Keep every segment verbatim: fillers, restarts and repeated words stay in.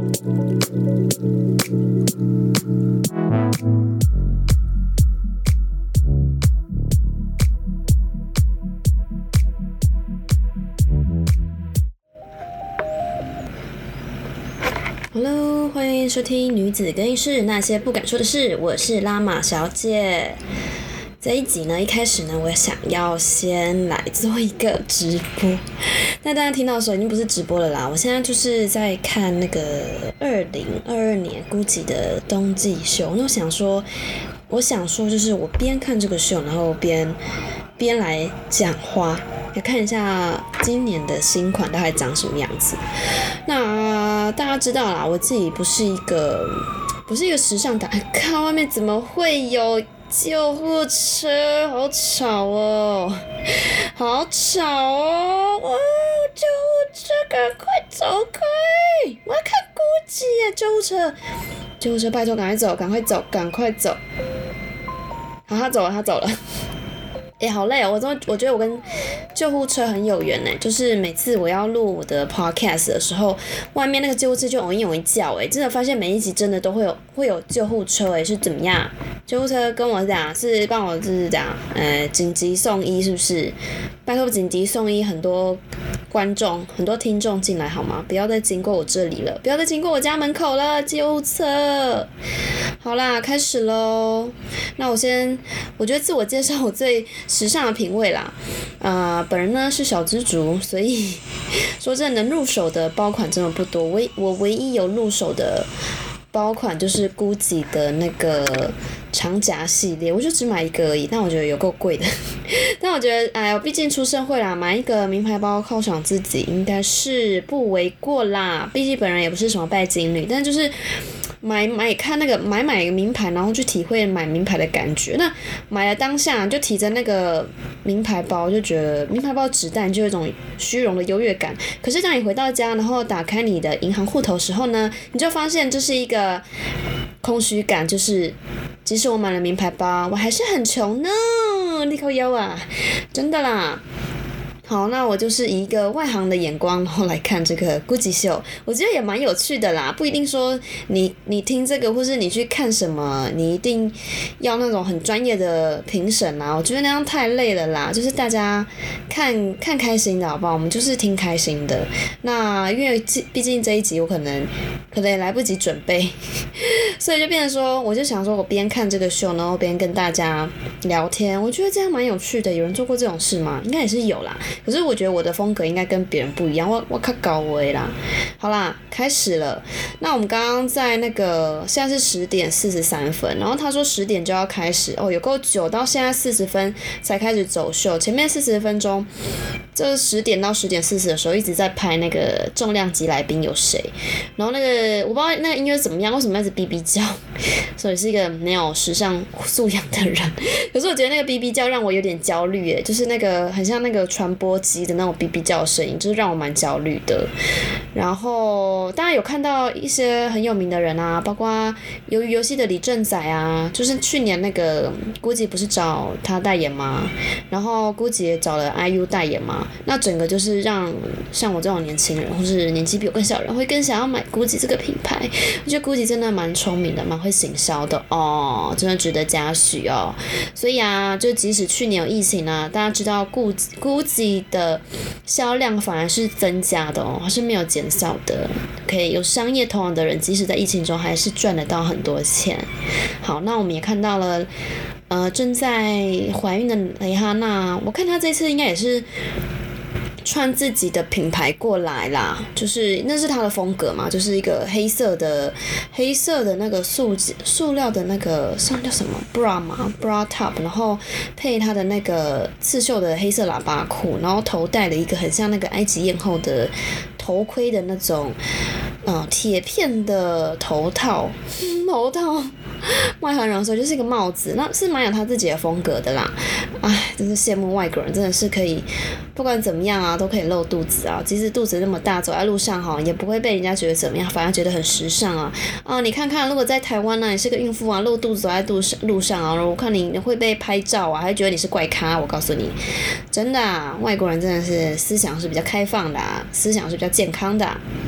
Hello， 欢迎收听女子更衣室那些不敢说的事，我是拉玛小姐。这一集呢，一开始呢，我想要先来做一个直播。那大家听到的时候已经不是直播了啦，我现在就是在看那个二零二二年 Gucci 的冬季秀。那我想说，我想说就是我边看这个秀，然后边边来讲话。来看一下今年的新款大概长什么样子。那大家知道啦，我自己不是一个不是一个时尚党。看外面怎么会有救护车？好吵哦，好吵哦！哇，救护车，赶快走开！我要看Gucci耶，救护车，救护车，拜托赶快走，赶快走，赶快走！好，他走了，他走了。哎、欸，好累哦！我真的我觉得我跟救护车很有缘呢。就是每次我要录我的 podcast 的时候，外面那个救护车就嗡一嗡一叫哎，真的发现每一集真的都会有会有救护车哎，是怎么样？救护车跟我讲是帮我就是讲呃紧急送医是不是？拜托紧急送医，很多观众很多听众进来好吗？不要再经过我这里了，不要再经过我家门口了，救护车！好啦，开始咯。那我先，我觉得自我介绍我最时尚的品味啦。呃，本人呢是小资族，所以说真的能入手的包款真的不多。唯我唯一有入手的包款就是 Gucci 的那个长夹系列，我就只买一个而已，但我觉得有够贵的。但我觉得，哎呦，毕竟出社会啦，买一个名牌包犒赏自己应该是不为过啦。毕竟本人也不是什么拜金女，但就是。买买看那个买买名牌，然后去体会买名牌的感觉。那买了当下就提着那个名牌包，就觉得名牌包纸袋就有一种虚荣的优越感。可是当你回到家，然后打开你的银行户头的时候呢，你就发现这是一个空虚感，就是即使我买了名牌包，我还是很穷呢。你靠腰啊，真的啦。好，那我就是以一个外行的眼光，然后来看这个 Gucci 秀，我觉得也蛮有趣的啦。不一定说你你听这个，或是你去看什么，你一定要那种很专业的评审啦。我觉得那样太累了啦，就是大家看看开心的好不好？我们就是听开心的。那因为毕竟这一集我可能可能也来不及准备，所以就变成说，我就想说我边看这个秀，然后边跟大家聊天，我觉得这样蛮有趣的。有人做过这种事吗？应该也是有啦。可是我觉得我的风格应该跟别人不一样，我我较高维啦。好啦，开始了。那我们刚刚在那个现在是十点四十三分，然后他说十点就要开始，哦，有够久，到现在四十分才开始走秀。前面四十分钟，这十点到十点四十的时候一直在拍那个重量级来宾有谁，然后那个我不知道那个音乐怎么样，为什么一直哔哔叫，所以是一个没有时尚素养的人。可是我觉得那个哔哔叫让我有点焦虑耶，就是那个很像那个传播机的那种哔哔叫的声音，就是让我蛮焦虑的。然后大家有看到一些很有名的人啊，包括鱿鱼游戏的李正宰啊，就是去年那个 Gucci 不是找他代言吗？然后 Gucci 也找了 I U 代言嘛，那整个就是让像我这种年轻人，或是年纪比我更小的人，会更想要买 Gucci 这个品牌。我觉得 Gucci 真的蛮聪明的，蛮会行销的哦，真的值得嘉许哦。所以啊，就即使去年有疫情啊，大家知道 Gucci Gucci 的销量反而是增加的哦，还是没有减少的。可以有商业头脑的人，即使在疫情中还是赚得到很多钱。好，那我们也看到了，呃，正在怀孕的蕾哈娜，我看她这次应该也是穿自己的品牌过来啦，就是那是她的风格嘛，就是一个黑色的黑色的那个塑塑料的那个上叫什么 bra 嘛 bra top， 然后配她的那个刺绣的黑色喇叭裤，然后头戴了一个很像那个埃及艳后的头盔的那种呃铁片的头套，头套外行人说就是一个帽子，那是蛮有他自己的风格的啦。唉，真是羡慕外国人，真的是可以不管怎么样啊，都可以露肚子啊。即使肚子那么大，走在路上哈，也不会被人家觉得怎么样，反而觉得很时尚啊。啊，你看看，如果在台湾呢、啊，你是个孕妇啊，露肚子走在路上路上啊，我看你会被拍照啊，还觉得你是怪咖。我告诉你，真的、啊，外国人真的是思想是比较开放的、啊，思想是比较健康的、啊。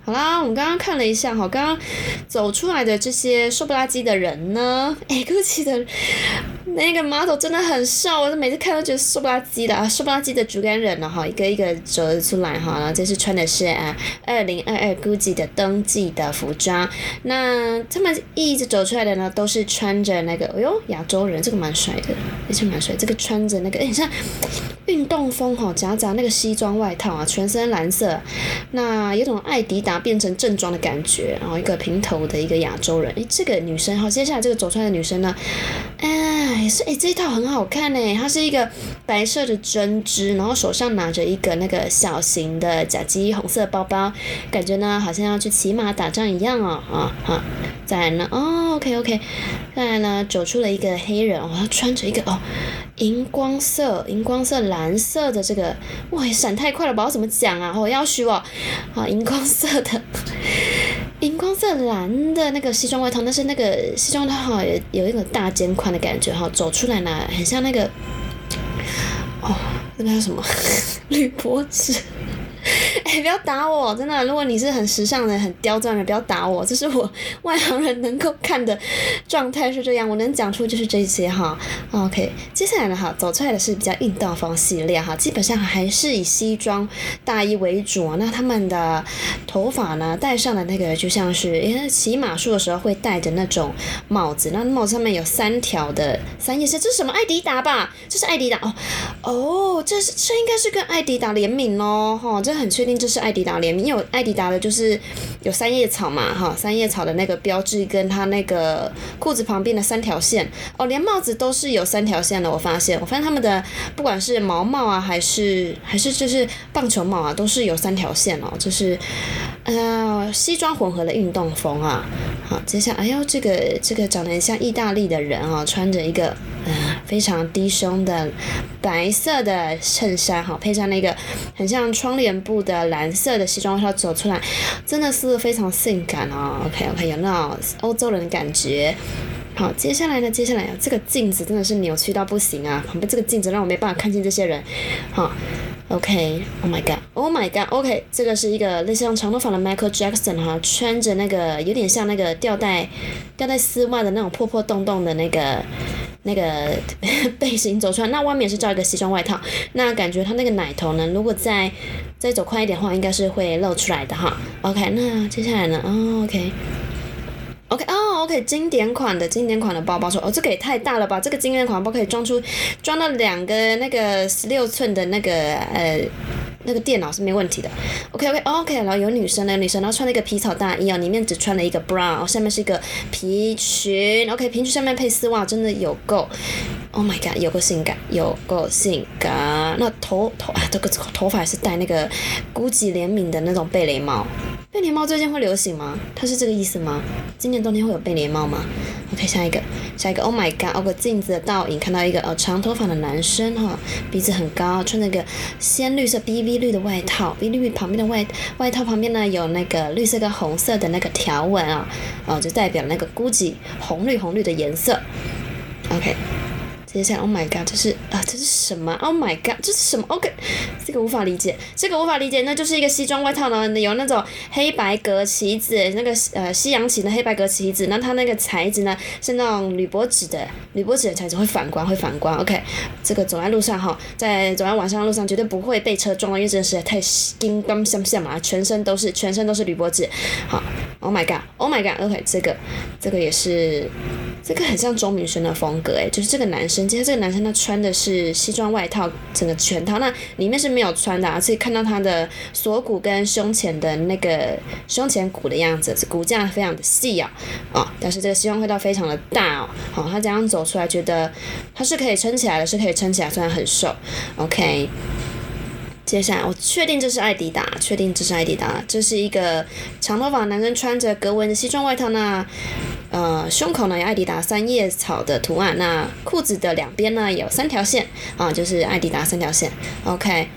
好啦，我们刚刚看了一下哈，刚刚走出来的这些瘦不拉几的人呢，哎 ，Gucci 的那个 model 真的很瘦，我每次看都觉得瘦不拉几的啊，瘦不拉几的竹竿人了哈，一个一个走出来哈，然后这次穿的是啊二零二二 Gucci 的冬季的服装，那他们一直走出来的呢，都是穿着那个，哎呦，亚洲人，这个蛮帅的，也是蛮帅，这个穿着那个，哎，像运动风哈，夹杂那个西装外套啊，全身蓝色，那有种艾迪达变成正装的感觉，然后一个平头的一个亚洲人，诶，这个女生，好，接下来这个走出来的女生呢，哎，也是，诶，这一套很好看诶，她是一个白色的针织，然后手上拿着一个那个小型的甲基红色包包，感觉呢好像要去骑马打仗一样哦，啊好，再来呢，哦 ，OK OK，再来呢走出了一个黑人，哦，他穿着一个哦荧光色、荧光色蓝色的这个，哇，闪太快了，不知道怎么讲啊，我要许我，啊，荧光色的。荧光色蓝的那个西装外套，但是那个西装套哈有一个大肩宽的感觉哈，走出来呢很像那个，哦，那个叫什么？铝箔纸。哎、欸，不要打我！真的，如果你是很时尚的、很刁钻的，不要打我。这是我外行人能够看的状态是这样，我能讲出就是这些哈。OK， 接下来呢，哈，走出来的是比较运动风系列哈，基本上还是以西装大衣为主啊。那他们的头发呢，戴上的那个就像是，因为骑马术的时候会戴着那种帽子，那帽子上面有三条的三叶线，这是什么？艾迪达吧？这是艾迪达哦哦，这是这应该是跟艾迪达联名咯，哈，这很确定。这是艾迪达联名，因为艾迪达的就是有三叶草嘛，哈，三叶草的那个标志跟它那个裤子旁边的三条线，哦，连帽子都是有三条线的。我发现，我发现他们的不管是毛帽啊，还是还是就是棒球帽啊，都是有三条线哦，就是呃西装混合的运动风啊。好，接下来，哎呦，这个这个长得很像意大利的人啊，穿着一个呃非常低胸的白色的衬衫，哈，配上那个很像窗帘布的蓝色的西装外套走出来，真的是非常性感哦。OK OK， 有那种欧洲人的感觉。好，接下来呢？接下来这个镜子真的是扭曲到不行啊！旁边这个镜子让我没办法看清这些人。好 ，OK，Oh my God，Oh my God，OK， 这个是一个类似像长头发的 Michael Jackson 哈，穿着那个有点像那个吊带吊带丝袜的那种破破洞洞的那个那个背心走出来，那外面也是罩一个西装外套，那感觉他那个奶头呢，如果再再走快一点的话，应该是会露出来的哈。OK， 那接下来呢？哦 ，OK。OK 哦 ，OK， 经典款的经典款的包包说，哦，这个也太大了吧！这个经典款的包可以装出装到两个那个十六寸的那个呃那个电脑是没问题的。OK OK OK， 然后有女生的女生，然后穿了一个皮草大衣哦，里面只穿了一个 bra， 下面是一个皮裙。OK， 皮裙上面配丝袜，真的有够。Oh my god， 有够性感，有够性感。那头头啊，这个头发也是戴那个 Gucci 联名的那种贝雷帽。贝雷帽最近会流行吗？它是这个意思吗？今年冬天会有贝雷帽吗 ？OK， 下一个，下一个 ，Oh my god， 哦个镜子的倒影，看到一个呃长头发的男生哈，鼻子很高，穿着一个鲜绿色 B V 绿的外套 ，B V 绿旁边的外外套旁边呢有那个绿色跟红色的那个条纹啊，哦就代表那个 Gucci 红绿红绿的颜色。OK。接下来 ，Oh my God， 这是啊，这是什么 ？Oh my God， 这是什么 ？OK， 这个无法理解，这个无法理解，那就是一个西装外套呢，有那种黑白格旗子，那个呃西洋旗的黑白格旗子，那它那个材质呢是那种铝箔纸的，铝箔纸的材质会反光，会反光。OK， 这个走在路上哈，在走在晚上的路上绝对不会被车撞到，因为真的是太金刚相像嘛，全身都是全身都是铝箔纸。好 ，Oh my God，Oh my God，OK， 这个这个也是。这个很像钟明轩的风格诶，就是这个男生，其实这个男生他穿的是西装外套，整个全套，那里面是没有穿的啊，所以看到他的锁骨跟胸前的那个胸前骨的样子，骨架非常的细啊，哦，但是这个西装外套非常的大哦，好、哦，他这样走出来，觉得他是可以撑起来的，是可以撑起来，虽然很瘦 ，OK。接下来，我确定这是艾迪达，确定这是艾迪达，这是一个长头发男生穿着格纹的西装外套，那呃胸口呢有艾迪达三叶草的图案，那裤子的两边呢有三条线啊，就是艾迪达三条线 ，OK。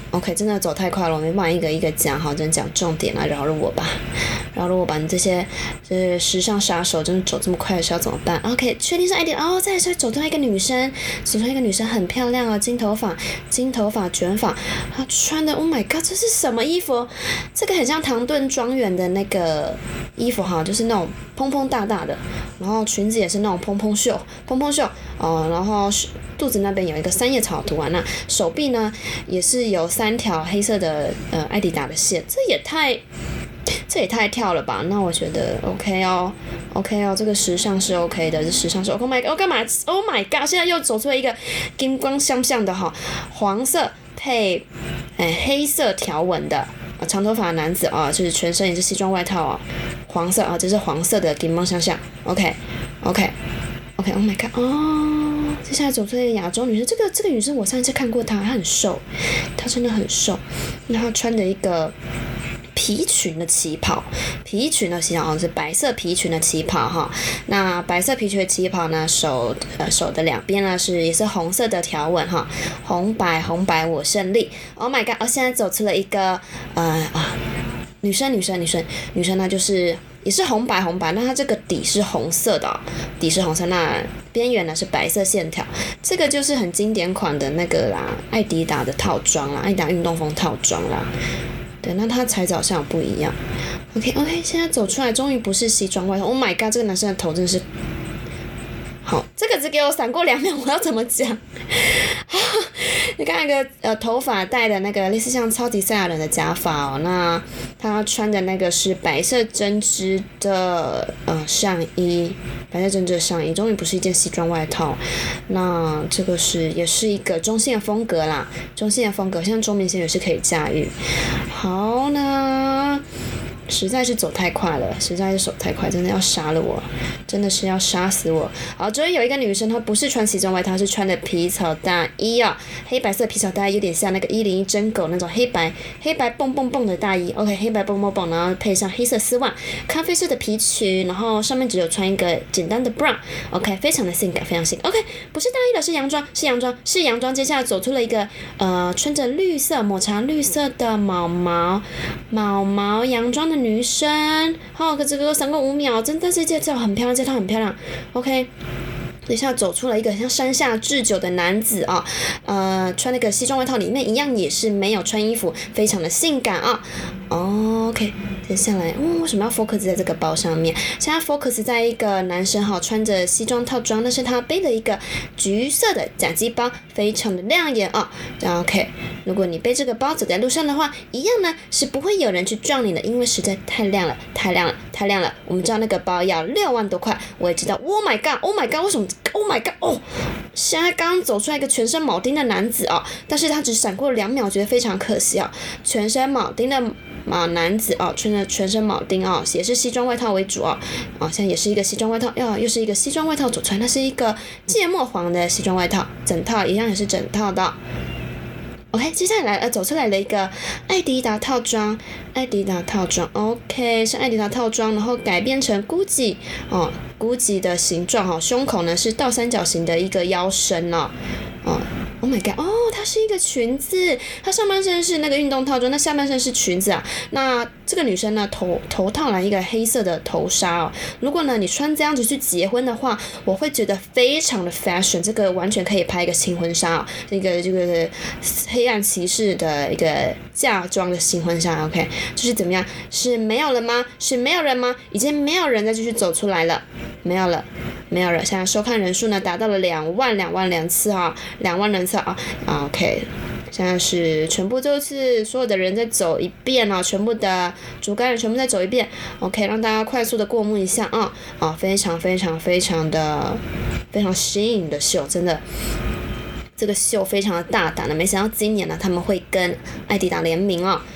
OK， 真的走太快了，我没办法一个一个讲，好，真讲重点啊，饶了我吧，饶了我吧，你这些就是时尚杀手，真的走这么快的是要怎么办 ？OK， 确定是艾迪，哦，再来是走出来一个女生，走出来一个女生很漂亮哦，金头发，金头发卷发，她穿的 ，Oh my God， 这是什么衣服？这个很像唐顿庄园的那个衣服哈，就是那种蓬蓬大大的，然后裙子也是那种蓬蓬袖，蓬蓬袖哦，然后肚子那边有一个三叶草图案，那手臂呢也是有三条黑色的呃艾迪达的线，这也太这也太跳了吧？那我觉得 OK 哦 ，OK 哦，这个时尚是 OK 的，这时尚是 OK。Oh my God， 我干嘛 ？Oh my God！ 现在又走出了一个金光相向的哈，黄色配哎黑色条纹的。长头发的男子啊，就是全身也是西装外套啊，黄色啊，这是黄色的金光相向 ，OK，OK，OK，Oh my God， 哦，接下来走出来一个亚洲女生，这个这个女生我上一次看过她，她很瘦，她真的很瘦，那她穿着一个皮裙的旗袍，皮裙的旗袍是白色皮裙的旗袍哈。那白色皮裙的旗袍呢，手呃手的两边呢是也是红色的条纹哈，红白红白我胜利。Oh my God！ 哦，现在走出了一个呃啊女生女生女生女生呢就是也是红白红白，那它这个底是红色的、哦，底是红色，那边缘呢是白色线条，这个就是很经典款的那个啦，艾迪达的套装啦，艾迪达运动风套装啦。对，那它材质好像有不一样。OK OK， 现在走出来，终于不是西装外套。Oh my God， 这个男生的头真的是好，这个只给我闪过两秒，我要怎么讲？你看那个呃头发戴的那个类似像超级赛亚人的假发哦，那他穿的那个是白色针织的呃上衣，白色针织的上衣，终于不是一件西装外套。那这个是也是一个中性的风格啦，中性的风格，像钟明轩也是可以驾驭。好呢。实在是走太快了，实在是走太快，真的要杀了我，真的是要杀死我。好，这边有一个女生，她不是穿西装外套，她是穿的皮草大衣啊，黑白色皮草大衣，有点像那个一零一真狗那种黑白黑白蹦蹦蹦的大衣。OK， 黑白蹦蹦蹦，然后配上黑色丝袜，咖啡色的皮裙，然后上面只有穿一个简单的 bra。OK， 非常的性感，非常性感。OK， 不是大衣了，是洋装，是洋装，是洋装。接下来走出了一个呃穿着绿色抹茶绿色的毛毛毛毛洋装的女生，好、哦，可这个闪过五秒，真的是这套很漂亮，这套很漂亮。OK， 等一下走出了一个像山下智久的男子啊，呃，穿那个西装外套，里面一样也是没有穿衣服，非常的性感啊。哦、OK， 接下来，嗯，为什么要 focus 在这个包上面？现在 focus 在一个男生哈，穿着西装套装，但是他背了一个橘色的假鸡包，非常的亮眼啊。OK， 如果你背这个包走在路上的话，一样呢是不会有人去撞你的，因为实在太亮了，太亮了，太亮了。我们知道那个包要六万多块，我也知道。Oh my god，Oh my god， 为什么 ？Oh my god， 哦，现在刚刚走出来一个全身铆钉的男子啊，但是他只闪过两秒，觉得非常可惜啊。全身铆钉的啊男子啊，穿着全身铆钉啊，也是西装外套为主啊，啊，现在也是一个西装外套，又又是一个西装外套走出来，那是一个芥末黄的西装外套，整套一样也是整套的。OK， 接下来呃走出来了一个艾迪达套装，艾迪达套装 ，OK 是艾迪达套装，然后改编成 Gucci 哦 ，Gucci 的形状哈、哦，胸口呢是倒三角形的一个腰身哦，哦 ，Oh my god， 哦，它是一个裙子，它上半身是那个运动套装，那下半身是裙子啊。那这个女生呢头头套了一个黑色的头纱哦，如果呢你穿这样子去结婚的话，我会觉得非常的 fashion， 这个完全可以拍一个新婚纱哦，这个这个黑暗骑士的一个嫁妆的新婚纱 ，OK， 就是怎么样？是没有了吗？是没有人吗？已经没有人再继续走出来了，没有了，没有了。现在收看人数呢达到了两万两万两次啊，两万人次啊 ，OK。现在是全部都是所有的人再走一遍哦，全部的主干人全部再走一遍 ，OK， 让大家快速的过目一下啊啊，非常非常非常的非常新颖的秀，真的。这个秀非常的大胆的，没想到今年呢他们会跟艾迪达联名哦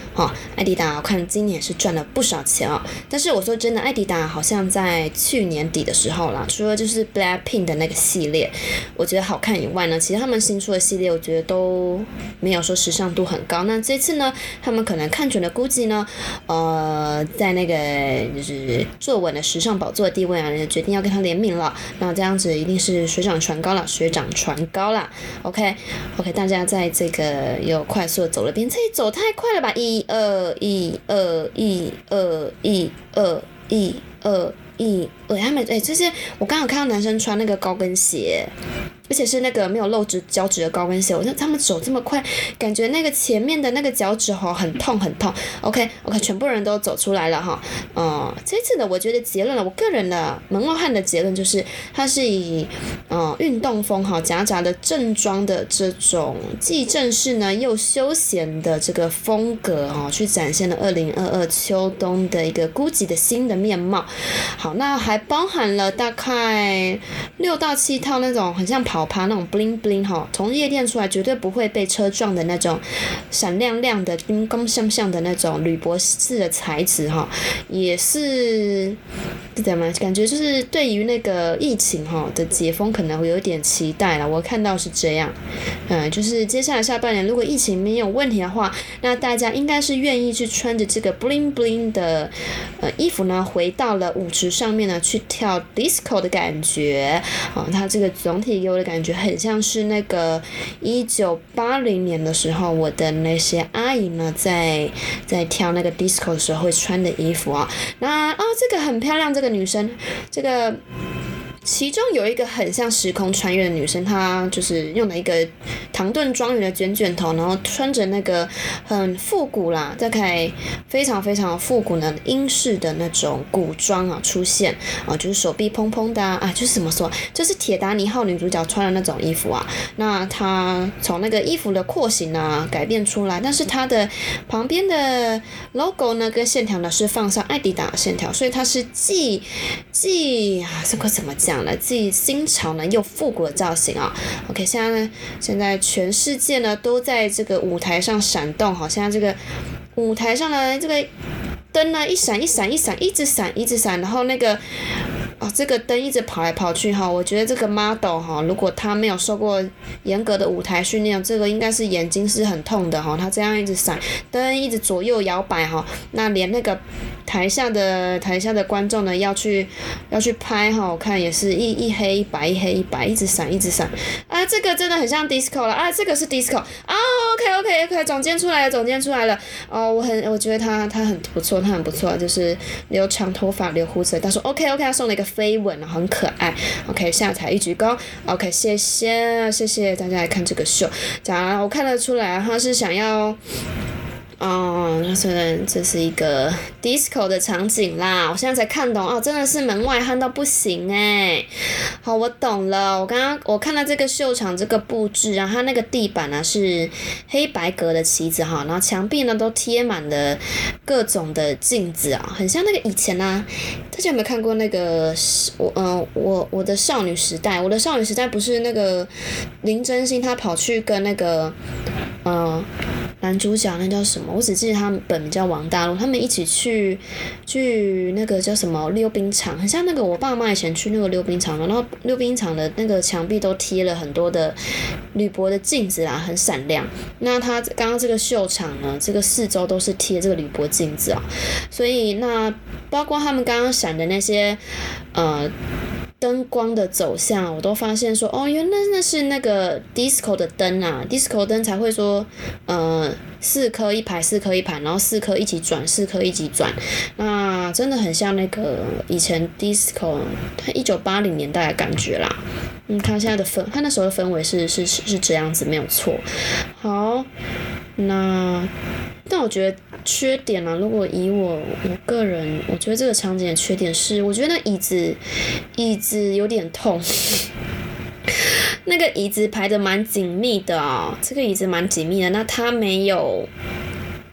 哦，艾迪达我看今年也是赚了不少钱哦。但是我说真的，艾迪达好像在去年底的时候啦，除了就是 Blackpink 的那个系列，我觉得好看以外呢，其实他们新出的系列，我觉得都没有说时尚度很高。那这次呢，他们可能看准了 Gucci 呢，呃，在那个就是坐稳了时尚宝座的地位啊，决定要跟他联名了。那这样子一定是水涨船高了，水涨船高啦。OK OK， 大家在这个又快速的走了边，这里走太快了吧？一二一二一二一二一二一二，他们哎，这些我刚好看到男生穿那个高跟鞋。而且是那个没有露趾脚趾的高跟鞋，我觉得他们走这么快，感觉那个前面的那个脚趾吼很痛很痛。OK OK， 全部人都走出来了哈。嗯，这次呢，我觉得结论了，我个人的门外汉的结论就是，它是以嗯运动风哈夹杂的正装的这种既正式呢又休闲的这个风格哈，去展现了二零二二秋冬的一个 Gucci 的新的面貌。好，那还包含了大概六到七套那种很像跑。跑趴那种 bling bling 哈，从夜店出来绝对不会被车撞的那种闪亮亮的、金光闪闪的那种铝箔式的材质哈，也是怎么感觉就是对于那个疫情哈的解封可能会有一点期待啦。我看到是这样，嗯，就是接下来下半年如果疫情没有问题的话，那大家应该是愿意去穿着这个 bling bling 的呃衣服呢，回到了舞池上面呢去跳 disco 的感觉啊，它这个总体给我的感觉很像是那个一九八零年的时候，我的那些阿姨呢，在在跳那个 disco 的时候会穿的衣服啊。那哦，这个很漂亮，这个女生，这个。其中有一个很像时空穿越的女生，她就是用了一个唐顿庄园的卷卷头，然后穿着那个很复古啦，大概非常非常复古的英式的那种古装啊出现啊，就是手臂蓬蓬的 啊, 啊，就是怎么说，就是铁达尼号女主角穿的那种衣服啊。那她从那个衣服的廓形啊改变出来，但是她的旁边的 logo 呢跟线条呢是放上艾迪达的线条，所以它是既既啊这个怎么讲？既新潮呢又复古的造型啊、哦、，OK， 现在呢，现在全世界呢都在这个舞台上闪动，好，现在这个舞台上呢这个灯呢一闪一闪一闪一直闪一直闪，然后那个。哦，这个灯一直跑来跑去哈，我觉得这个 model 哈，如果他没有受过严格的舞台训练，这个应该是眼睛是很痛的哈。他这样一直闪，灯一直左右摇摆哈，那连那个台下的台下的观众呢要去要去拍哈，我看也是一一黑一白一黑一白，一直闪一直闪啊，这个真的很像 disco 了啊，这个是 disco 啊 ，OK OK OK， 总监出来了，总监出来了哦，我很我觉得他他很不错，他很不错，就是留长头发留胡子，他说 OK OK， 他送了一个。飞吻很可爱 ，OK， 下台一鞠躬 ，OK， 谢谢谢谢大家来看这个秀，讲我看得出来他是想要。哦，虽然这是一个 disco 的场景啦，我现在才看懂哦，真的是门外汉到不行哎。好，我懂了，我刚刚我看到这个秀场这个布置啊，它那个地板啊是黑白格的旗子哈，然后墙壁呢都贴满了各种的镜子啊，很像那个以前啊，大家有没有看过那个我嗯、呃、我我的少女时代，我的少女时代不是那个林真心她跑去跟那个呃。男主角那叫什么？我只记得他本名叫王大陆，他们一起去去那个叫什么溜冰场，很像那个我爸妈以前去那个溜冰场，然后溜冰场的那个墙壁都贴了很多的铝箔的镜子啦，很闪亮。那他刚刚这个秀场呢，这个四周都是贴这个铝箔镜子啊，所以那包括他们刚刚闪的那些呃。灯光的走向，我都发现说，哦，原来那是那个 disco 的灯啊 ，disco 灯才会说，呃，四颗一排，四颗一排，然后四颗一起转，四颗一起转，那真的很像那个以前 disco， 它一九八零年代的感觉啦。你看现在的氛，它那时候的氛围是是是这样子，没有错。好，那。但我觉得缺点啊，如果以我我个人，我觉得这个场景的缺点是，我觉得那椅子椅子有点痛，那个椅子排得蛮紧密的啊、哦，这个椅子蛮紧密的，那它没有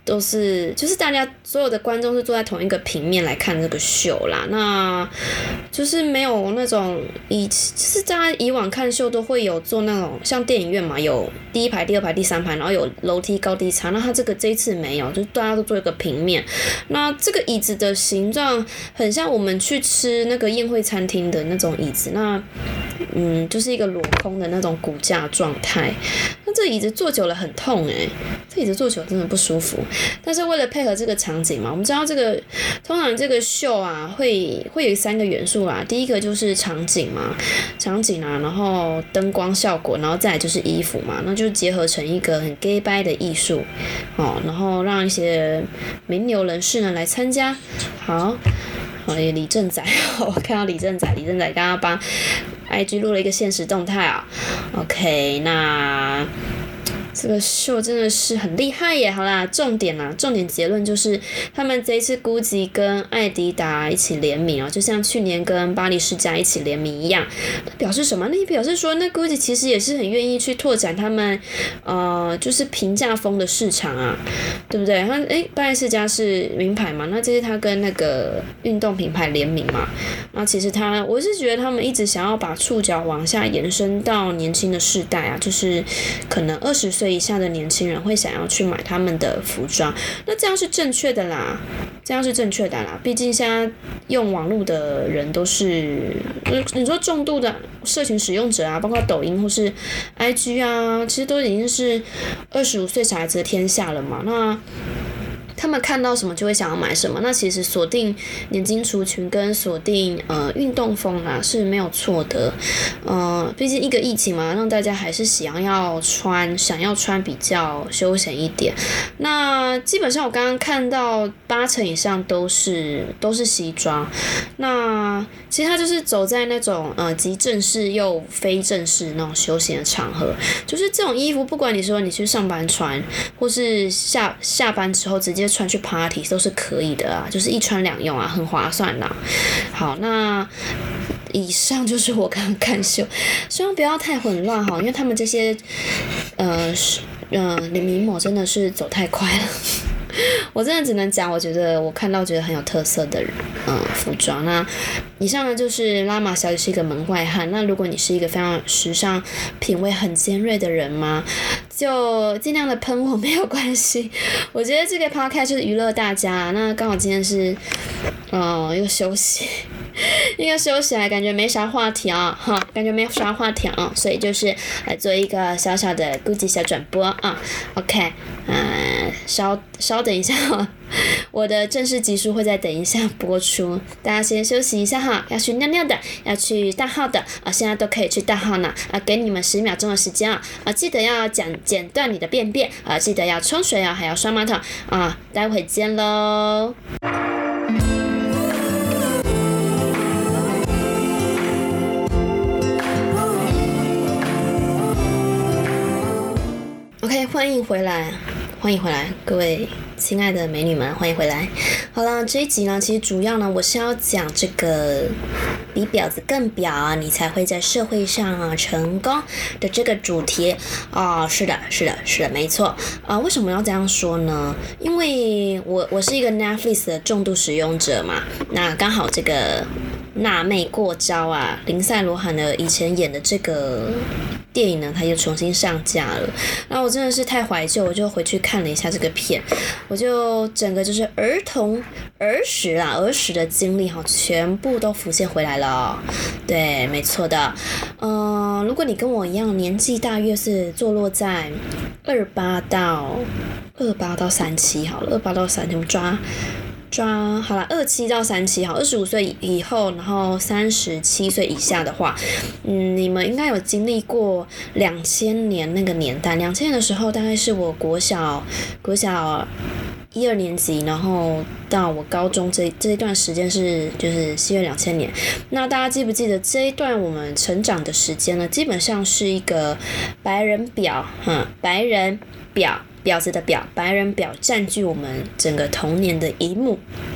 都是就是大家所有的观众是坐在同一个平面来看这个秀啦，那就是没有那种以就是大家以往看秀都会有做那种像电影院嘛，有第一排、第二排、第三排，然后有楼梯高低差，那他这个这一次没有，就是大家都做一个平面。那这个椅子的形状很像我们去吃那个宴会餐厅的那种椅子，那嗯就是一个裸空的那种骨架状态。那这椅子坐久了很痛诶、欸，这椅子坐久了真的不舒服。但是为了配合这个场景嘛，我们知道这个通常这个秀啊会会有三个元素啦，第一个就是场景嘛，场景啊，然后灯光效果，然后再来就是衣服嘛，那就结合成一个很 gay 掰的艺术哦，然后让一些名流人士呢来参加。好，好，李正宰，我看到李正宰，李正宰刚刚帮 I G 录了一个限时动态啊。OK， 那。这个秀真的是很厉害耶！好啦，重点啦，重点结论就是他们这一次 Gucci 跟艾迪达一起联名哦，就像去年跟巴黎世家一起联名一样。那表示什么？那表示说，那 Gucci 其实也是很愿意去拓展他们呃，就是平价风的市场啊，对不对？他诶，巴黎世家是名牌嘛，那这是他跟那个运动品牌联名嘛。那其实他，我是觉得他们一直想要把触角往下延伸到年轻的世代啊，就是可能二十岁以下的年轻人会想要去买他们的服装，那这样是正确的啦，这样是正确的啦。毕竟现在用网络的人都是，你说重度的社群使用者啊，包括抖音或是 I G 啊，其实都已经是二十五岁小孩子的天下了嘛。那他们看到什么就会想要买什么，那其实锁定年轻族群跟锁定呃运动风啊是没有错的，呃，毕竟一个疫情嘛，让大家还是想要穿，想要穿比较休闲一点。那基本上我刚刚看到八成以上都是都是西装，那其实它就是走在那种呃极正式又非正式那种休闲的场合，就是这种衣服，不管你说你去上班穿，或是下下班之后直接穿去 party 都是可以的啊，就是一穿两用啊，很划算啦。好，那以上就是我刚刚看秀，希望不要太混乱哈，因为他们这些呃呃名模真的是走太快了。我真的只能讲，我觉得我看到觉得很有特色的嗯服装。那以上呢就是拉玛小姐是一个门外汉。那如果你是一个非常时尚、品味很尖锐的人吗？就尽量的喷我没有关系。我觉得这个 podcast 就是娱乐大家。那刚好今天是呃一个休息。一个休息来，感觉没啥话题啊，哈，感觉没啥话题啊，所以就是来做一个小小的Gucci小转播啊 ，OK， 呃，稍稍等一下哈，我的正式集数会再等一下播出，大家先休息一下哈，要去尿尿的，要去大号的啊，现在都可以去大号呢，啊，给你们十秒钟的时间啊，啊，记得要剪剪断你的便便啊，记得要冲水啊，还要刷马桶啊，待会见喽。OK， 欢迎回来，欢迎回来，各位亲爱的美女们，欢迎回来。好了，这一集呢，其实主要呢，我是要讲这个比婊子更婊啊，你才会在社会上啊成功的这个主题啊、哦。是的，是的，是的，没错啊。为什么要这样说呢？因为我我是一个 Netflix 的重度使用者嘛，那刚好这个娜妹过招啊，林赛罗韩的以前演的这个电影呢，它又重新上架了。然后我真的是太怀旧，我就回去看了一下这个片，我就整个就是儿童儿时啦，儿时的经历哈，全部都浮现回来了、哦。对，没错的。嗯、呃，如果你跟我一样年纪大约是坐落在二八到二八到三七好了，二八到三七我们抓。抓好了，二七到三七好，二十五岁以后，然后三十七岁以下的话，嗯，你们应该有经历过两千年那个年代。两千年的时候，大概是我国小国小一二年级，然后到我高中这这一段时间是就是西元两千年。那大家记不记得这一段我们成长的时间呢？基本上是一个白人婊，哼，白人婊。婊子的婊，白人婊占据我们整个童年的一幕。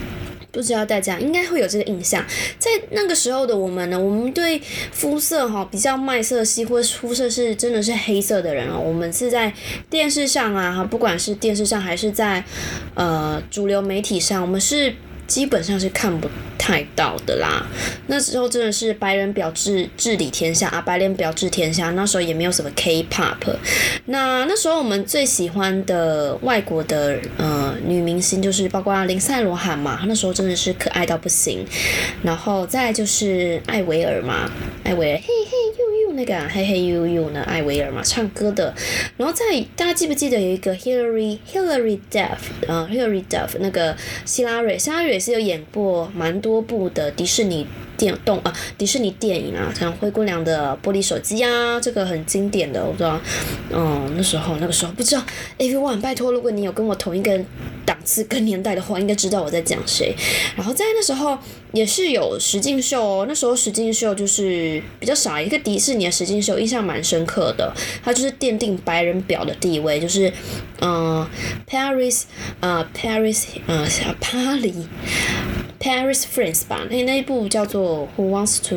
不知道大家应该会有这个印象，在那个时候的我们呢，我们对肤色哈比较麦色系或者肤色是真的是黑色的人哦，我们是在电视上啊，不管是电视上还是在呃主流媒体上，我们是基本上是看不太到的啦。那时候真的是白人婊治治理天下啊，白脸婊治天下。那时候也没有什么 K-pop。那那时候我们最喜欢的外国的呃女明星就是包括林赛罗韩嘛，那时候真的是可爱到不行。然后再来就是艾薇儿嘛，艾薇儿嘿嘿呦呦那个嘿嘿呦呦呢，艾薇儿嘛唱歌的。然后再大家记不记得有一个 Hilary Hilary Duff 呃 Hilary Duff 那个希拉蕊，希拉蕊也是有演过蛮多部的迪士尼电动啊，迪士尼电影啊，像灰姑娘的玻璃手机啊，这个很经典的，我不知道，嗯，那时候那个时候不知道 everyone， 拜托，如果你有跟我同一个档次跟年代的话，应该知道我在讲谁。然后在那时候也是有实境秀哦，那时候实境秀就是比较少，一个迪士尼的实境秀印象蛮深刻的，它就是奠定白人婊的地位，就是嗯、呃、Paris 呃 Paris 呃巴黎。Paris Friends 吧，那那一部叫做 Who Wants to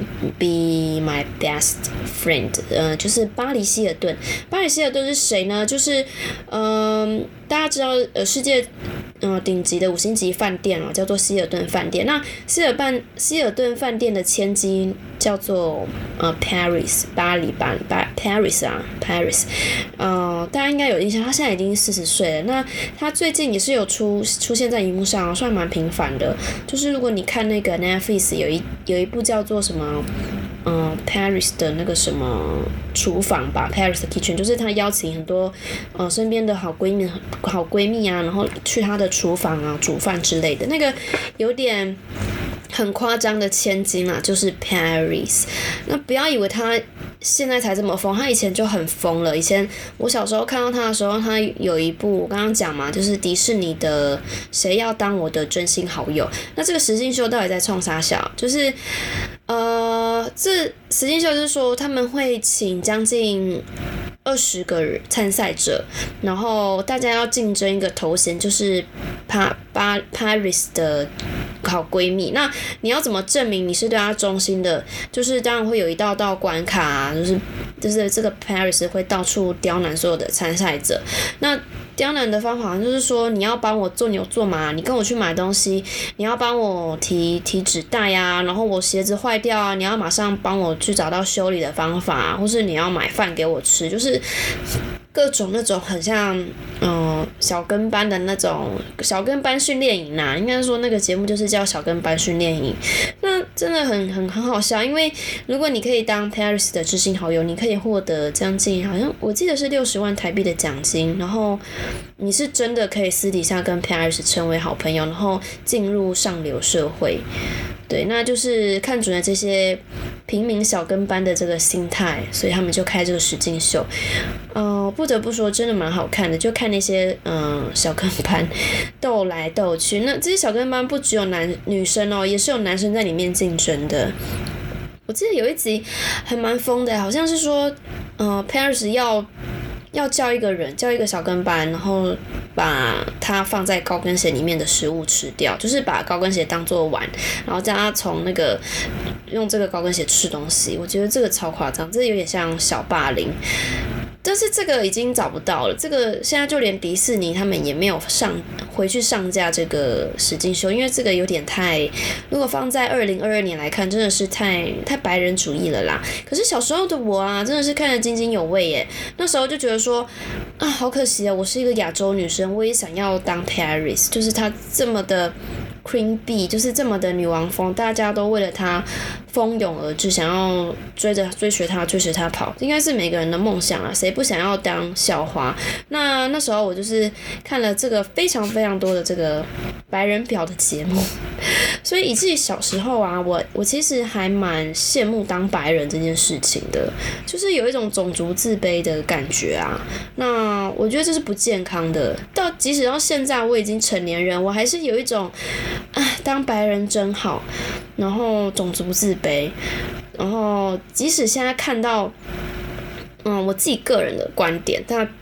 Be My Best Friend， 呃，就是巴黎希尔顿。巴黎希尔顿是谁呢？就是嗯、呃，大家知道呃，世界呃顶级的五星级饭店哦，叫做希尔顿饭店。那希尔顿希尔顿饭店的千金叫做呃 Paris 巴黎巴黎巴 Paris 啊 Paris， 呃，大家应该有印象，他现在已经四十岁了。那他最近也是有出出现在荧幕上，算蛮频繁的，就是。如果你看那个 Netflix 有一有一部叫做什么，嗯、呃、，Paris 的那个什么厨房吧 ，Paris 的 Kitchen， 就是他邀请很多呃身边的好闺蜜、好闺蜜啊，然后去他的厨房啊煮饭之类的，那个有点很夸张的千金啊，就是 Paris。那不要以为他现在才这么疯，他以前就很疯了。以前我小时候看到他的时候，他有一部我刚刚讲嘛，就是迪士尼的《谁要当我的真心好友》。那这个实境秀到底在冲啥小？就是呃，这实境秀就是说他们会请将近二十个参赛者，然后大家要竞争一个头衔，就是巴巴 Paris 的好闺蜜。那你要怎么证明你是对她忠心的？就是当然会有一道道关卡啊，就是就是这个 Paris 会到处刁难所有的参赛者。那刁难的方法就是说，你要帮我做牛做马，你跟我去买东西，你要帮我提提纸袋啊，然后我鞋子坏掉啊，你要马上帮我去找到修理的方法，或是你要买饭给我吃，就是各种那种很像嗯、呃、小跟班的那种小跟班训练营啦，应该说那个节目就是叫小跟班训练营。那真的很很很好笑，因为如果你可以当 Paris 的知心好友，你可以获得将近好像我记得是六十万台币的奖金，然后你是真的可以私底下跟 Paris 成为好朋友，然后进入上流社会。对，那就是看准了这些平民小跟班的这个心态，所以他们就开这个实境秀。呃，不得不说，真的蛮好看的，就看那些嗯、呃、小跟班斗来斗去。那这些小跟班不只有男女生哦，也是有男生在里面竞争的。我记得有一集还蛮疯的，好像是说，呃 ，Paris 要。要叫一个人，叫一个小跟班，然后把他放在高跟鞋里面的食物吃掉，就是把高跟鞋当作碗，然后叫他从那个用这个高跟鞋吃东西。我觉得这个超夸张，这有点像小霸凌。但是这个已经找不到了，这个现在就连迪士尼他们也没有上回去上架这个实境秀，因为这个有点太，如果放在二零二二年来看，真的是太太白人主义了啦。可是小时候的我啊，真的是看得津津有味耶。那时候就觉得说啊，好可惜啊，我是一个亚洲女生，我也想要当 Paris， 就是她这么的 Queen Bee， 就是这么的女王风，大家都为了她蜂拥而至，想要追着追随她，追随她跑，应该是每个人的梦想啊，谁不想要当校花？那那时候我就是看了这个非常非常多的这个白人婊的节目，所以以至于小时候啊，我我其实还蛮羡慕当白人这件事情的，就是有一种种族自卑的感觉啊。那我觉得这是不健康的。到即使到现在我已经成年人，我还是有一种啊，当白人真好，然后种族自卑，然后即使现在看到。嗯，我自己个人的观点，但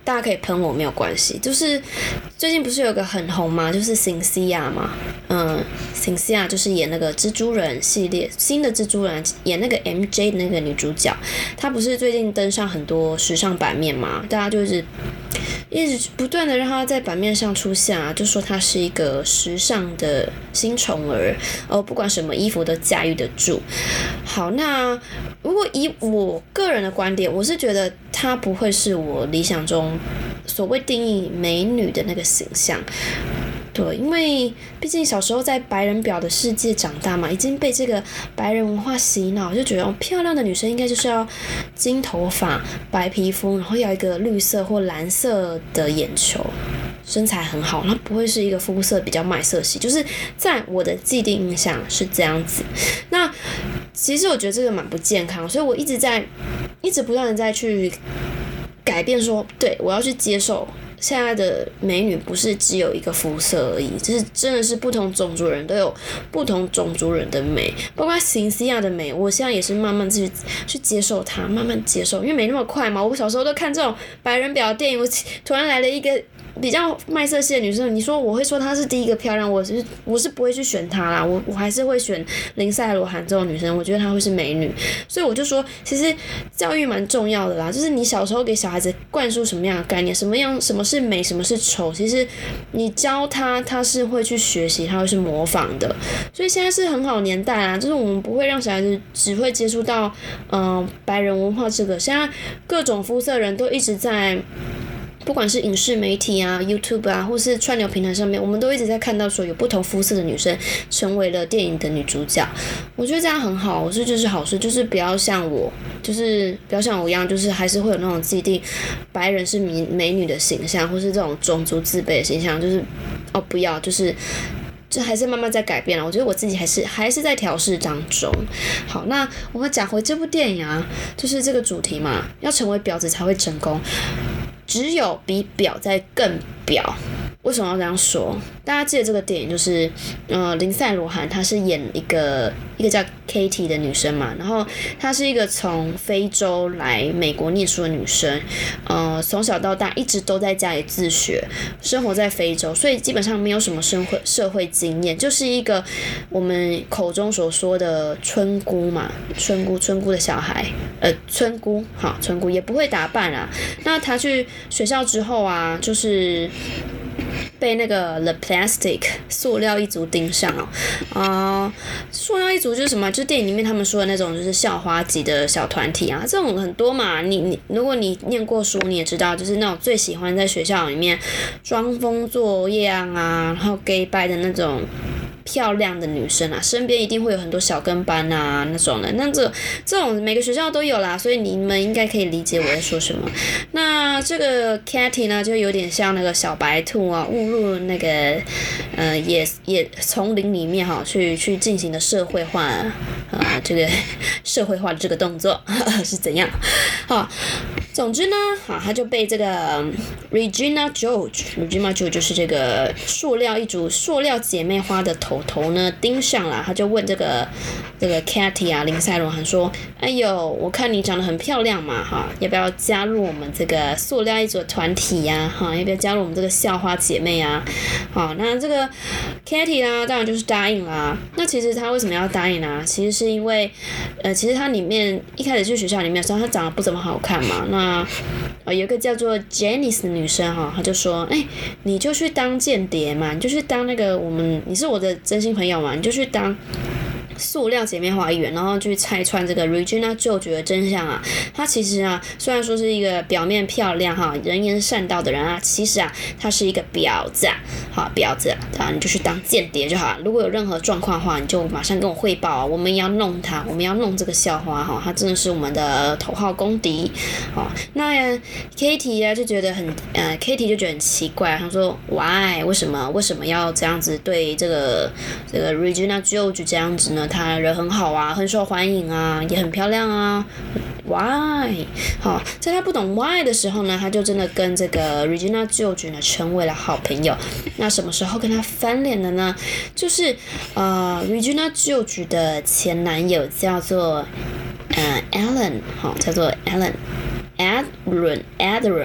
大家可以喷我没有关系。就是最近不是有个很红吗？就是 Cynthia 嘛，嗯 ，Cynthia 就是演那个蜘蛛人系列新的蜘蛛人，演那个 M J 的那个女主角，她不是最近登上很多时尚版面嘛？大家就是一直不断的让她在版面上出现啊，就说她是一个时尚的新宠儿，哦，不管什么衣服都驾驭得住。好，那如果以我个人的观点，我是觉得她不会是我理想中所谓定义美女的那个形象。对，因为毕竟小时候在白人婊的世界长大嘛，已经被这个白人文化洗脑，就觉得、哦、漂亮的女生应该就是要金头发、白皮肤，然后要一个绿色或蓝色的眼球，身材很好，那不会是一个肤色比较麦色系，就是在我的既定印象是这样子。那其实我觉得这个蛮不健康，所以我一直在一直不断的在去改变说，对，我要去接受现在的美女不是只有一个肤色而已，就是真的是不同种族人都有不同种族人的美，包括辛西亚的美，我现在也是慢慢去去接受它，慢慢接受，因为没那么快嘛。我小时候都看这种白人婊的电影，我突然来了一个比较麦色系的女生，你说我会说她是第一个漂亮，我是我是不会去选她啦，我我还是会选林赛罗韩这种女生，我觉得她会是美女。所以我就说，其实教育蛮重要的啦，就是你小时候给小孩子灌输什么样的概念，什么样什么是美，什么是丑，其实你教他，他是会去学习，他会是模仿的。所以现在是很好的年代啊，就是我们不会让小孩子只会接触到嗯、呃、白人文化这个，现在各种肤色人都一直在。不管是影视媒体啊 YouTube 啊或是串流平台上面，我们都一直在看到说有不同肤色的女生成为了电影的女主角，我觉得这样很好，我说这是好事，就是不要像我就是不要像我一样，就是还是会有那种既定白人是美女的形象，或是这种种族自卑的形象，就是哦不要，就是这还是慢慢在改变了，我觉得我自己还是还是在调试当中。好，那我们讲回这部电影啊，就是这个主题嘛，要成为婊子才会成功，只有比婊再更婊。为什么要这样说？大家记得这个电影就是，呃，林赛罗韩她是演一个一个叫 Katie 的女生嘛，然后她是一个从非洲来美国念书的女生，呃，从小到大一直都在家里自学，生活在非洲，所以基本上没有什么社会社会经验，就是一个我们口中所说的村姑嘛，村姑村姑的小孩，呃，村姑，好，村姑也不会打扮啊。那她去学校之后啊，就是被那个 The Plastic 塑料一族盯上哦，啊、呃，塑料一族就是什么？就是电影里面他们说的那种，就是校花级的小团体啊，这种很多嘛。你你如果你念过书，你也知道，就是那种最喜欢在学校里面装疯作样啊，然后 gay 拜的那种。漂亮的女生啊，身边一定会有很多小跟班啊那种的，那这这种每个学校都有啦，所以你们应该可以理解我在说什么。那这个 Katie 呢，就有点像那个小白兔啊，误入那个呃野野丛林里面哈，去去进行的社会化啊、呃、这个社会化的这个动作呵呵是怎样？好，总之呢，好，他就被这个 Regina George，Regina George 就是这个塑料一族塑料姐妹花的头。头呢盯上了，他就问这个这个 Katie 啊，林赛罗韩说：“哎呦，我看你长得很漂亮嘛，哈，要不要加入我们这个塑料一族团体呀、啊？哈，要不要加入我们这个校花姐妹啊？好，那这个 Katie 呢，当然就是答应啦。那其实他为什么要答应呢？其实是因为，呃，其实他里面一开始去学校里面的时候，他长得不怎么好看嘛。那呃，有一个叫做 Janice 的女生哈，她就说：哎、欸，你就去当间谍嘛，你就去当那个我们，你是我的。”真心朋友嘛，你就去当塑料姐妹花一员，然后去拆穿这个 Regina George 的真相啊。她其实啊，虽然说是一个表面漂亮哈、人言善道的人啊，其实啊，她是一个婊子啊，好婊子啊，你就去当间谍就好了。如果有任何状况的话，你就马上跟我汇报啊，我们也要弄她，我们要弄这个校花哈，她真的是我们的头号公敌。好，那 Katie 啊就觉得很呃 ，Katie 就觉得很奇怪，她说 Why 为什么为什么要这样子对这个这个 Regina George 这样子呢？她人很好啊，很受欢迎啊，也很漂亮啊。Why？ 好，在她不懂 Why 的时候呢，她就真的跟这个 Regina George 呢成为了好朋友。那什么时候跟她翻脸的呢？就是呃 Regina George 的前男友叫做呃 Alan， 好，叫做 Alan。Adrian Adrian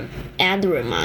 Aaron 嘛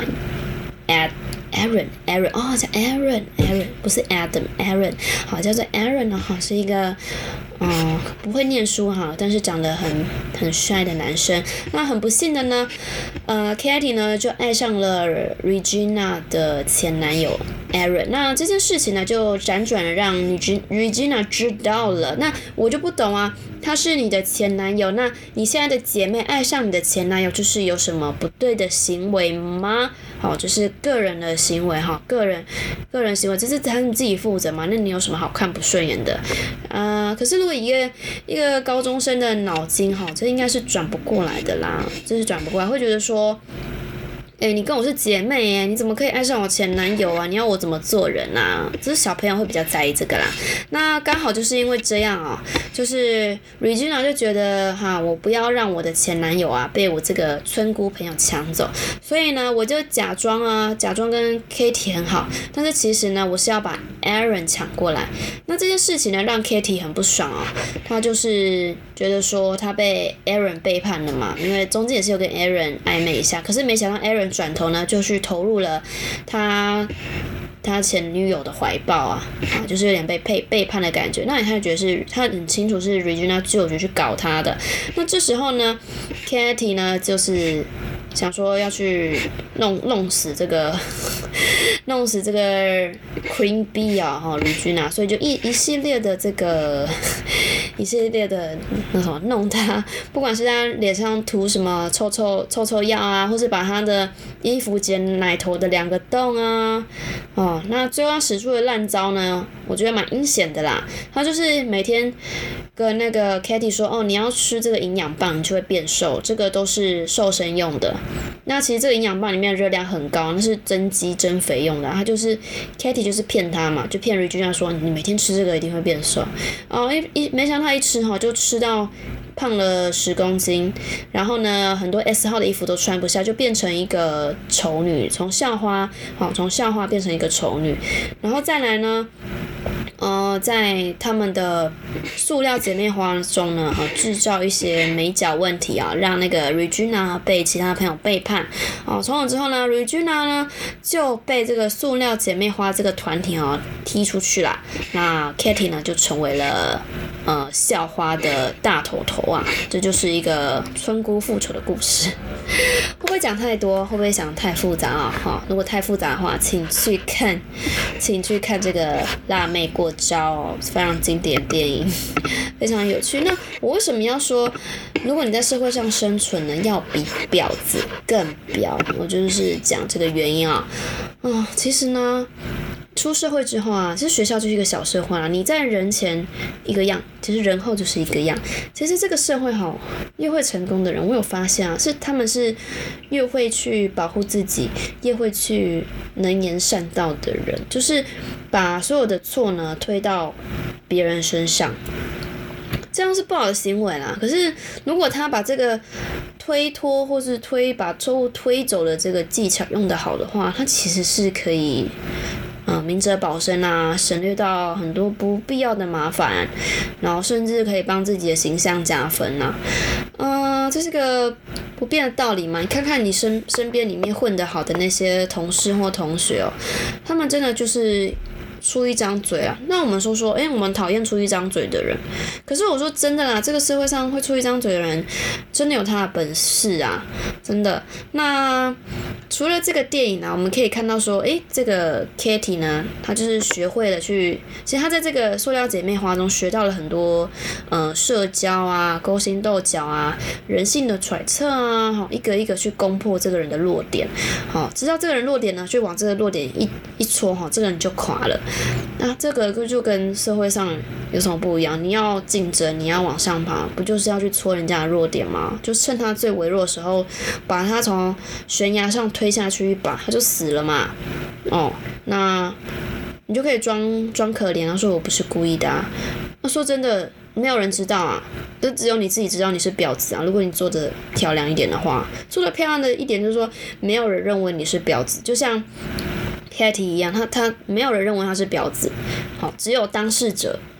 ，Ad Aaron Aaron 哦叫 Aaron Aaron 不是 Adam Aaron 好叫做 Aaron 呢哈是一个嗯、呃、不会念书哈，但是长得很很帅的男生。那很不幸的呢，呃 Katie 呢就爱上了 Regina 的前男友 Aaron。那这件事情呢就辗转的让 Regina 知道了。那我就不懂啊，他是你的前男友，那你现在的姐妹爱上你的前男友，就是有什么不对的行为吗？好，就是个人的行为哈，个人个人行为，这是他们自己负责嘛？那你有什么好看不顺眼的？呃，可是如果一个一个高中生的脑筋哈，这应该是转不过来的啦，这是转不过来，会觉得说。哎、欸，你跟我是姐妹哎，你怎么可以爱上我前男友啊？你要我怎么做人啊？就是小朋友会比较在意这个啦。那刚好就是因为这样哦，就是 Regina 就觉得哈，我不要让我的前男友啊被我这个村姑朋友抢走，所以呢，我就假装啊，假装跟 Katie 很好，但是其实呢，我是要把 Aaron 抢过来。那这件事情呢，让 Katie 很不爽哦，她就是觉得说她被 Aaron 背叛了嘛，因为中间也是有跟 Aaron 暧昧一下，可是没想到 Aaron转头呢，就去投入了他他前女友的怀抱啊，啊，就是有点被背背叛的感觉。那他觉得是，他很清楚是 Regina 舅舅去搞他的。那这时候呢 ，Katie 呢就是想说要去弄弄死这个弄死这个 Queen Bee 啊，哈 Regina， 所以就一一系列的这个一系列的那什么弄他，不管是他脸上涂什么臭臭臭臭药啊，或是把他的衣服剪奶头的两个洞啊，哦，那最后他使出的烂招呢，我觉得蛮阴险的啦。他就是每天跟那个 Katie 说，哦，你要吃这个营养棒，你就会变瘦，这个都是瘦身用的。那其实这个营养棒里面的热量很高，那是增肌增肥用的。他就是 Katie 就是骗他嘛，就骗 Regina 说你每天吃这个一定会变瘦。哦，一一没想到他一吃哈就吃到胖了十公斤，然后呢很多 S 号的衣服都穿不下，就变成一个丑女，从校花好从校花变成一个丑女，然后再来呢。呃，在他们的塑料姐妹花中呢，哈、呃，制造一些美角问题啊，让那个 Regina 被其他朋友背叛。哦、呃，从此之后呢 ，Regina 呢就被这个塑料姐妹花这个团体啊踢出去啦。那 Katie 呢就成为了呃校花的大头头啊，这就是一个村姑复仇的故事。会不会讲太多？会不会讲太复杂啊？哈，如果太复杂的话，请去看，请去看这个辣妹过招、哦，非常经典的电影，非常有趣。那我为什么要说，如果你在社会上生存呢，要比婊子更婊？我就是讲这个原因啊。啊、哦，其实呢。出社会之后啊，其实学校就是一个小社会啦。你在人前一个样，其实人后就是一个样。其实这个社会哈，越会成功的人，我有发现啊，是他们是越会去保护自己，越会去能言善道的人，就是把所有的错呢推到别人身上。这样是不好的行为啦。可是如果他把这个推脱或是推把错误推走的这个技巧用得好的话，他其实是可以。嗯，明哲保身啊，省略到很多不必要的麻烦，然后甚至可以帮自己的形象加分啊。嗯，这是个不变的道理嘛。你看看你身身边里面混得好的那些同事或同学哦，他们真的就是出一张嘴啊。那我们说说，哎，我们讨厌出一张嘴的人。可是我说真的啦，这个社会上会出一张嘴的人，真的有他的本事啊，真的。那除了这个电影呢、啊，我们可以看到说，诶，这个 Katie 呢，她就是学会了去，其实她在这个塑料姐妹花中学到了很多，呃，社交啊、勾心斗角啊、人性的揣测啊，好，一个一个去攻破这个人的弱点，好，知道这个人弱点呢，就往这个弱点一一戳，哈，这个人就垮了。那这个就跟社会上有什么不一样？你要竞争，你要往上爬，不就是要去戳人家的弱点吗？就趁他最微弱的时候，把他从悬崖上推下去一把，他就死了嘛。哦，那你就可以装装可怜，然后说我不是故意的啊。那说真的，没有人知道啊，就只有你自己知道你是婊子啊。如果你做得漂亮一点的话，做得漂亮的一点就是说，没有人认为你是婊子，就像Katie 一样，他他没有人认为他是婊子，好，只有当事者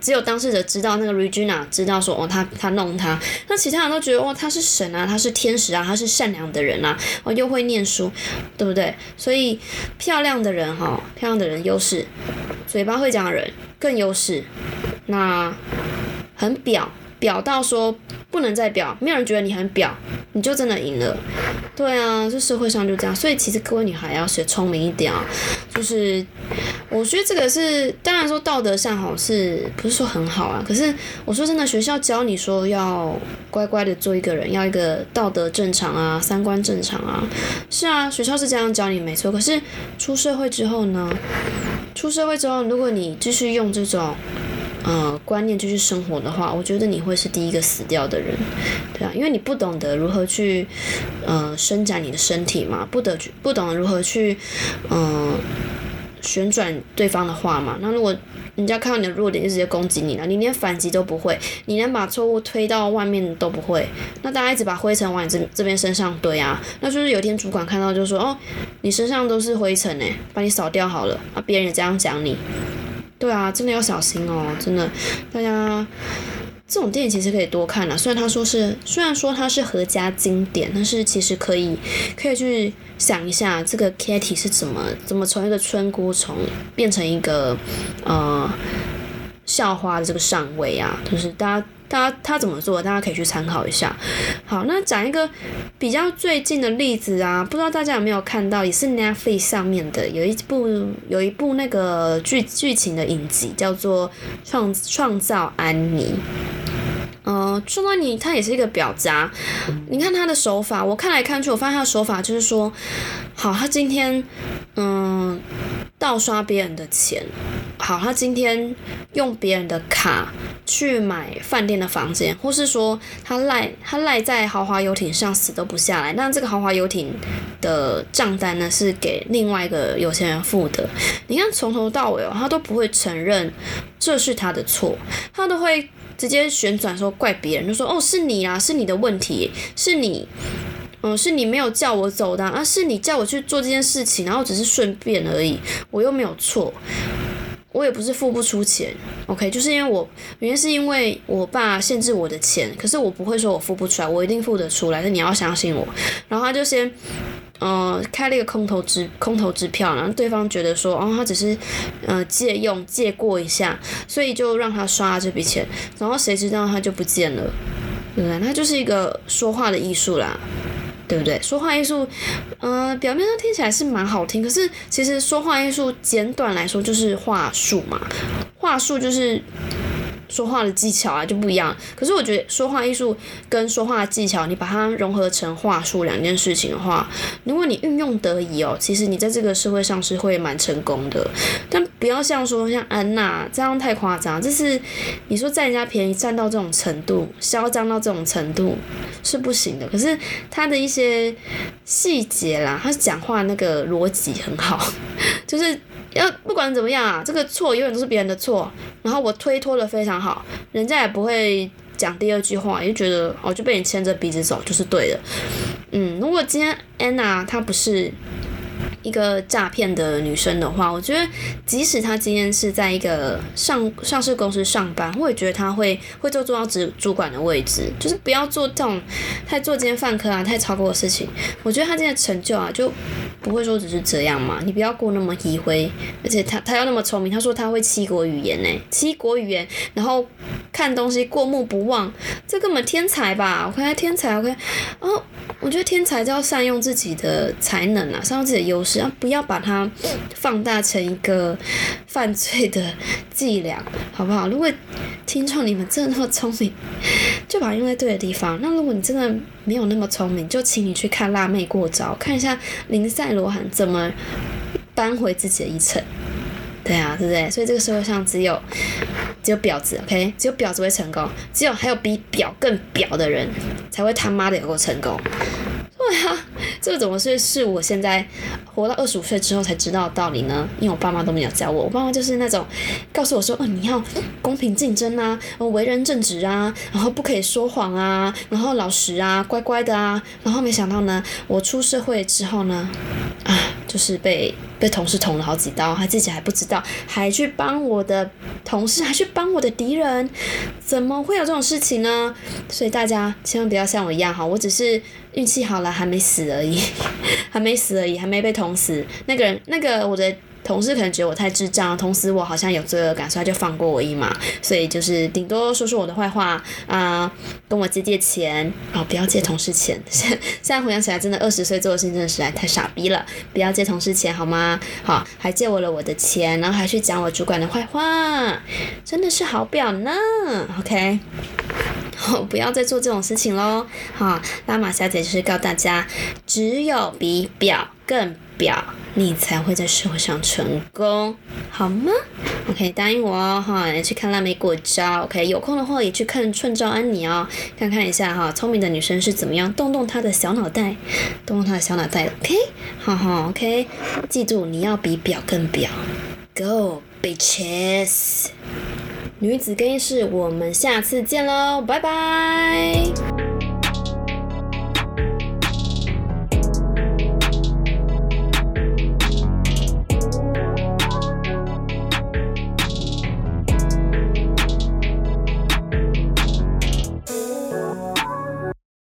只有当事者知道，那个 Regina 知道说哦，他他弄他，那其他人都觉得哦，他是神啊，他是天使啊，他是善良的人啊，哦又会念书，对不对？所以漂亮的人哈、哦，漂亮的人优势，嘴巴会讲的人更优势，那很表表到说不能再表，没有人觉得你很表，你就真的赢了。对啊，这社会上就这样，所以其实各位女孩要学聪明一点啊。就是我觉得这个是，当然说道德上好是不是说很好啊？可是我说真的，学校教你说要乖乖的做一个人，要一个道德正常啊，三观正常啊。是啊，学校是这样教你没错。可是出社会之后呢？出社会之后，如果你继续用这种呃观念继续生活的话，我觉得你会是第一个死掉的人，对啊，因为你不懂得如何去呃伸展你的身体嘛，不得不懂得如何去嗯、呃、旋转对方的话嘛。那如果人家看到你的弱点就直接攻击你了，你连反击都不会，你连把错误推到外面都不会，那大家一直把灰尘往你这这边身上堆啊，那就是有一天主管看到就说哦，你身上都是灰尘诶，把你扫掉好了，啊别人也这样讲你。对啊，真的要小心哦，真的，大家这种电影其实可以多看啦。虽然他说是，虽然说它是合家经典，但是其实可以可以去想一下，这个 Katie 是怎么怎么从一个村姑虫变成一个呃校花的这个上位啊，就是大家。他他怎么做的，大家可以去参考一下。好，那讲一个比较最近的例子啊，不知道大家有没有看到，也是 Netflix 上面的，有一部有一部那个剧剧情的影集，叫做创创造安妮。呃，创造安妮他也是一个婊砸，你看他的手法，我看来看去，我发现他的手法就是说，好，他今天嗯盗刷别人的钱。好，他今天用别人的卡去买饭店的房间，或是说他赖他赖在豪华游艇上死都不下来，那这个豪华游艇的账单呢是给另外一个有钱人付的。你看从头到尾哦，他都不会承认这是他的错，他都会直接旋转说怪别人，就说哦是你啊，是你的问题，是你。嗯，是你没有叫我走的 啊, 啊，是你叫我去做这件事情，然后只是顺便而已，我又没有错。我也不是付不出钱 ，OK， 就是因为我原因是因为我爸限制我的钱，可是我不会说我付不出来，我一定付得出来，但你要相信我。然后他就先，呃，开了一个空头支空头支票，然后对方觉得说，哦，他只是呃借用借过一下，所以就让他刷这笔钱，然后谁知道他就不见了，对不对？他就是一个说话的艺术啦。对不对？说话艺术，呃，表面上听起来是蛮好听，可是其实说话艺术简短来说就是话术嘛，话术就是说话的技巧啊就不一样。可是我觉得说话艺术跟说话的技巧，你把它融合成话术两件事情的话，如果你运用得宜哦，其实你在这个社会上是会蛮成功的。但不要像说像安娜这样太夸张，这是你说占人家便宜占到这种程度，嚣张到这种程度是不行的。可是他的一些细节啦，他讲话那个逻辑很好，就是要不管怎么样啊，这个错永远都是别人的错，然后我推脱的非常好，人家也不会讲第二句话，也就觉得哦就被你牵着鼻子走就是对的。嗯，如果今天 Anna 她不是一个诈骗的女生的话，我觉得即使她今天是在一个上上市公司上班，我也觉得她会会做做到主主管的位置，就是不要做这种太作奸犯科啊、太超过的事情。我觉得她今天的成就啊，就不会说只是这样嘛，你不要过那么迂回，而且她她要那么聪明，她说她会七国语言呢、欸，七国语言，然后看东西过目不忘，这根本天才吧？我看天才 ，OK， 哦，我觉得天才就要善用自己的才能啊，善用自己的优势。不要把它放大成一个犯罪的伎俩，好不好？如果听众你们真的那么聪明，就把它用在对的地方。那如果你真的没有那么聪明，就请你去看《辣妹过招》，看一下林赛罗韩怎么扳回自己的一城。对啊，对不对？所以这个社会上只有只有婊子 ，OK， 只有婊子会成功，只有还有比婊更婊的人才会他妈的有够成功。对啊，这个怎么是是我现在活到二十五岁之后才知道的道理呢？因为我爸妈都没有教我，我爸妈就是那种告诉我说，哦，你要公平竞争啊，为人正直啊，然后不可以说谎啊，然后老实啊，乖乖的啊。然后没想到呢，我出社会之后呢，啊，就是被被同事捅了好几刀，他自己还不知道，还去帮我的同事，还去帮我的敌人，怎么会有这种事情呢？所以大家千万不要像我一样哈，我只是运气好了，还没死而已，还没死而已，还没被捅死。那个人，那个我的同事可能觉得我太智障，捅死我好像有罪恶感，所以他就放过我一马。所以就是顶多说说我的坏话啊、呃，跟我借借钱哦，不要借同事钱。现在回想起来，真的二十岁做的事情真的实在太傻逼了，不要借同事钱好吗？好，还借我了我的钱，然后还去讲我主管的坏话，真的是好婊呢。OK。好，不要再做这种事情咯。好，拉玛小姐就是告诉大家，只有比表更表，你才会在社会上成功，好吗 ？OK， 答应我哦，哈，也去看辣妹过招 ，OK， 有空的话也去看寸照安妮哦，看看一下哈，聪明的女生是怎么样动动她的小脑袋，动动她的小脑袋 ，OK， 好好 OK， 记住你要比表更表 ，Go bitches。女子更衣室，我们下次见喽，拜拜。